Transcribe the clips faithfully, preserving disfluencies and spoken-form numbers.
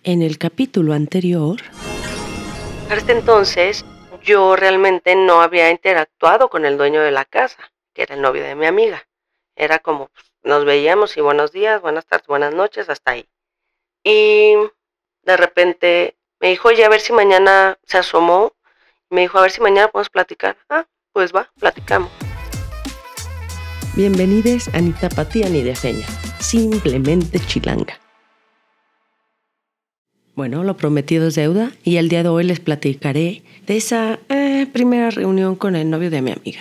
En el capítulo anterior... Hasta este entonces, yo realmente no había interactuado con el dueño de la casa, que era el novio de mi amiga. Era como, pues, nos veíamos y buenos días, buenas tardes, buenas noches, hasta ahí. Y de repente me dijo, oye, a ver si mañana se asomó. Me dijo, a ver si mañana podemos platicar. Ah, pues va, platicamos. Bienvenidos a Ni Tapatía ni de Feña, simplemente chilanga. Bueno, lo prometido es deuda y el día de hoy les platicaré de esa eh, primera reunión con el novio de mi amiga.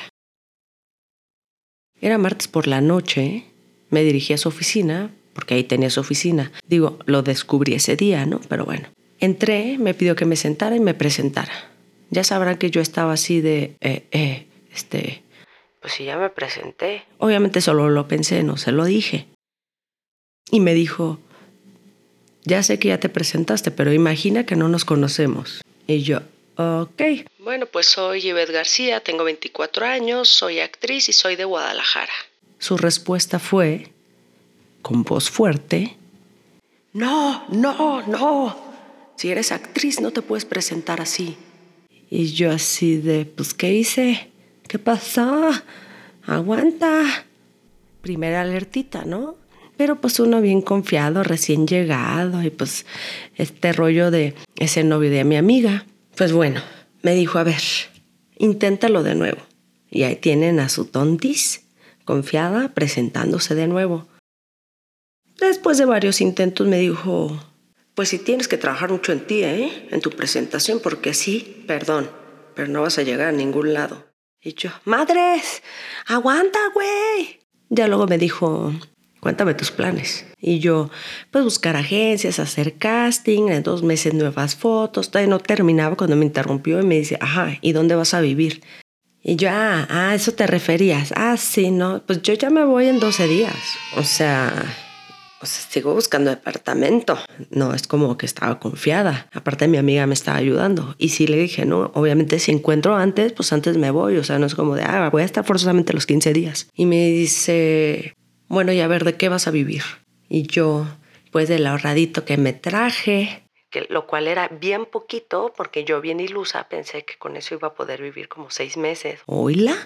Era martes por la noche, me dirigí a su oficina, porque ahí tenía su oficina. Digo, lo descubrí ese día, ¿no? Pero bueno, entré, me pidió que me sentara y me presentara. Ya sabrán que yo estaba así de, eh, eh, este... Pues sí, ya me presenté. Obviamente solo lo pensé, no se lo dije. Y me dijo... Ya sé que ya te presentaste, pero imagina que no nos conocemos. Y yo, ok. Bueno, pues soy Yvette García, tengo veinticuatro años, soy actriz y soy de Guadalajara. Su respuesta fue, con voz fuerte, no, no, no. Si eres actriz no te puedes presentar así. Y yo así de, pues, ¿qué hice? ¿Qué pasó? Aguanta. Primera alertita, ¿no? Pero pues uno bien confiado, recién llegado y pues este rollo de ese novio de mi amiga. Pues bueno, me dijo, a ver, inténtalo de nuevo. Y ahí tienen a su tontis, confiada, presentándose de nuevo. Después de varios intentos me dijo, pues sí tienes que trabajar mucho en ti, ¿eh? En tu presentación, porque sí, perdón, pero no vas a llegar a ningún lado. Y yo, madres, aguanta, güey. Ya luego me dijo... Cuéntame tus planes. Y yo, pues buscar agencias, hacer casting, en dos meses nuevas fotos. Todavía no terminaba cuando me interrumpió y me dice, ajá, ¿y dónde vas a vivir? Y yo, ah, ah, eso te referías. Ah, sí, no, pues yo ya me voy en doce días. O sea, o sea, sigo buscando departamento. No, es como que estaba confiada. Aparte mi amiga me estaba ayudando. Y sí le dije, no, obviamente si encuentro antes, pues antes me voy. O sea, no es como de, ah, voy a estar forzosamente los quince días. Y me dice... Bueno, y a ver, ¿de qué vas a vivir? Y yo, pues del ahorradito que me traje, que, lo cual era bien poquito, porque yo bien ilusa pensé que con eso iba a poder vivir como seis meses. ¿Oíla?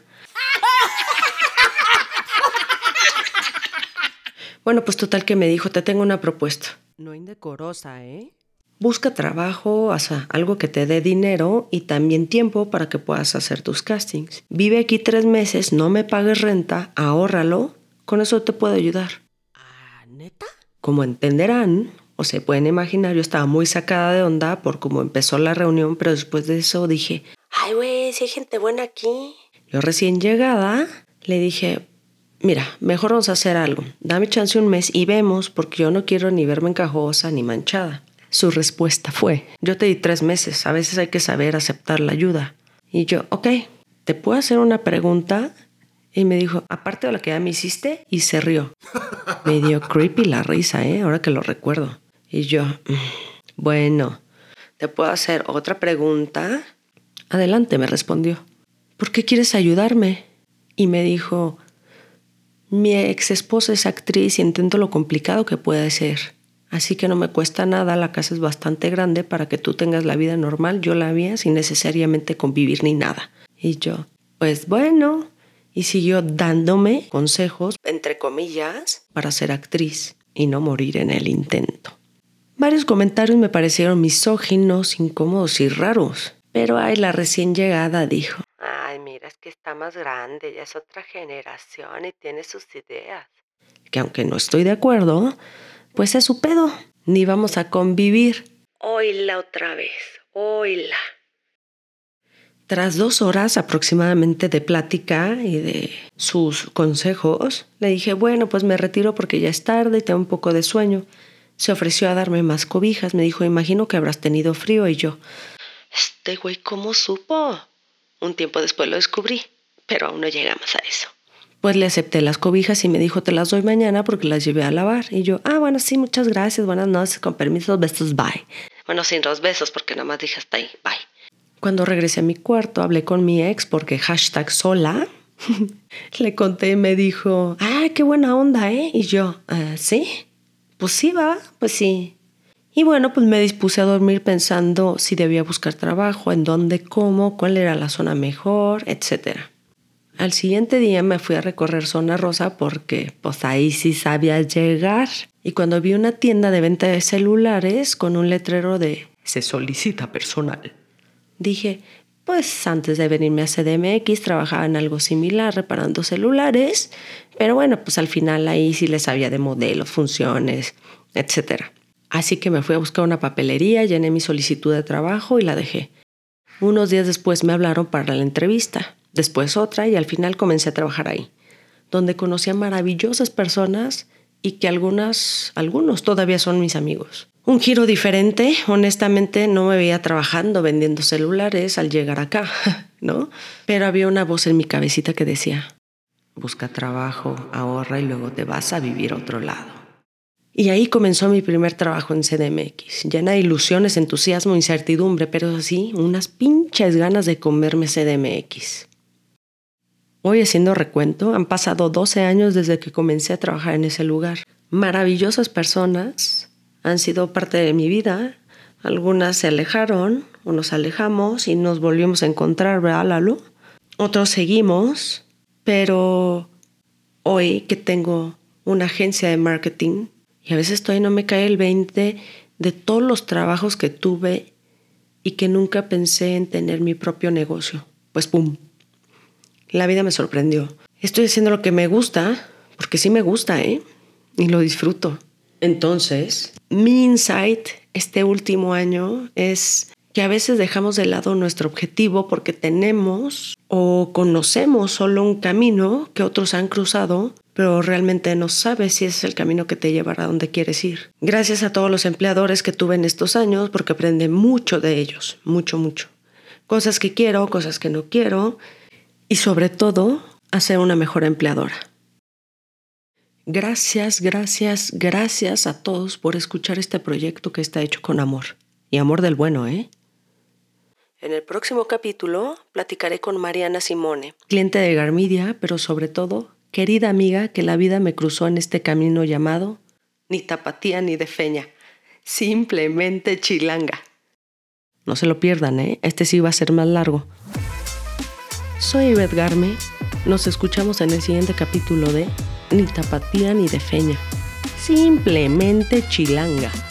Bueno, pues total que me dijo, te tengo una propuesta. No indecorosa, ¿eh? Busca trabajo, o sea, algo que te dé dinero y también tiempo para que puedas hacer tus castings. Vive aquí tres meses, no me pagues renta, ahórralo. Con eso te puedo ayudar. ¿Ah, neta? Como entenderán, o se pueden imaginar, yo estaba muy sacada de onda por cómo empezó la reunión, pero después de eso dije, ay, güey, si hay gente buena aquí. Yo recién llegada le dije, mira, mejor vamos a hacer algo. Dame chance un mes y vemos, porque yo no quiero ni verme encajosa ni manchada. Su respuesta fue, yo te di tres meses, a veces hay que saber aceptar la ayuda. Y yo, ok, ¿te puedo hacer una pregunta? Y me dijo, aparte de lo que ya me hiciste, y se rió. Me dio creepy la risa, ¿eh? Ahora que lo recuerdo. Y yo, bueno, ¿te puedo hacer otra pregunta? Adelante, me respondió. ¿Por qué quieres ayudarme? Y me dijo, mi ex esposa es actriz y entiendo lo complicado que puede ser. Así que no me cuesta nada, la casa es bastante grande para que tú tengas la vida normal, yo la mía, sin necesariamente convivir ni nada. Y yo, pues bueno... Y siguió dándome consejos, entre comillas, para ser actriz y no morir en el intento. Varios comentarios me parecieron misóginos, incómodos y raros. Pero ay, la recién llegada dijo, ay, mira, es que está más grande, ya es otra generación y tiene sus ideas. Que aunque no estoy de acuerdo, pues es su pedo. Ni vamos a convivir. Oíla otra vez, oíla. Tras dos horas aproximadamente de plática y de sus consejos, le dije, bueno, pues me retiro porque ya es tarde y tengo un poco de sueño. Se ofreció a darme más cobijas. Me dijo, imagino que habrás tenido frío. Y yo, este güey, ¿cómo supo? Un tiempo después lo descubrí, pero aún no llegamos a eso. Pues le acepté las cobijas y me dijo, te las doy mañana porque las llevé a lavar. Y yo, ah, bueno, sí, muchas gracias, buenas noches, con permiso, besos, bye. Bueno, sin los besos porque nada más dije hasta ahí, bye. Cuando regresé a mi cuarto, hablé con mi ex porque hashtag sola. Le conté y me dijo, ah, qué buena onda, ¿eh? Y yo, ¿ah, sí? Pues sí, va, pues sí. Y bueno, pues me dispuse a dormir pensando si debía buscar trabajo, en dónde, cómo, cuál era la zona mejor, etcétera. Al siguiente día me fui a recorrer Zona Rosa porque pues ahí sí sabía llegar. Y cuando vi una tienda de venta de celulares con un letrero de "se solicita personal", dije, pues antes de venirme a C D M X trabajaba en algo similar reparando celulares, pero bueno, pues al final ahí sí les sabía de modelos, funciones, etcétera. Así que me fui a buscar una papelería, llené mi solicitud de trabajo y la dejé. Unos días después me hablaron para la entrevista, después otra y al final comencé a trabajar ahí, donde conocí a maravillosas personas y que algunas, algunos todavía son mis amigos. Un giro diferente, honestamente no me veía trabajando vendiendo celulares al llegar acá, ¿no? Pero había una voz en mi cabecita que decía, busca trabajo, ahorra y luego te vas a vivir a otro lado. Y ahí comenzó mi primer trabajo en C D M X, llena de ilusiones, entusiasmo, incertidumbre, pero así unas pinches ganas de comerme C D M X. Hoy, haciendo recuento, han pasado doce años desde que comencé a trabajar en ese lugar. Maravillosas personas han sido parte de mi vida. Algunas se alejaron o nos alejamos y nos volvimos a encontrar, ¿verdad, Lalo? Otros seguimos, pero hoy que tengo una agencia de marketing y a veces todavía no me cae el veinte de todos los trabajos que tuve y que nunca pensé en tener mi propio negocio. Pues ¡pum! La vida me sorprendió. Estoy haciendo lo que me gusta, porque sí me gusta, ¿eh? Y lo disfruto. Entonces, mi insight este último año es que a veces dejamos de lado nuestro objetivo porque tenemos o conocemos solo un camino que otros han cruzado, pero realmente no sabes si ese es el camino que te llevará a donde quieres ir. Gracias a todos los empleadores que tuve en estos años, porque aprendí mucho de ellos, mucho, mucho. Cosas que quiero, cosas que no quiero, y sobre todo, a ser una mejor empleadora. Gracias, gracias, gracias a todos por escuchar este proyecto que está hecho con amor. Y amor del bueno, ¿eh? En el próximo capítulo platicaré con Mariana Simone, cliente de Garmedia, pero sobre todo, querida amiga que la vida me cruzó en este camino llamado ni tapatía ni de feña, simplemente chilanga. No se lo pierdan, ¿eh? Este sí va a ser más largo. Soy Ivette Garme. Nos escuchamos en el siguiente capítulo de Ni tapatía ni de feña, simplemente chilanga.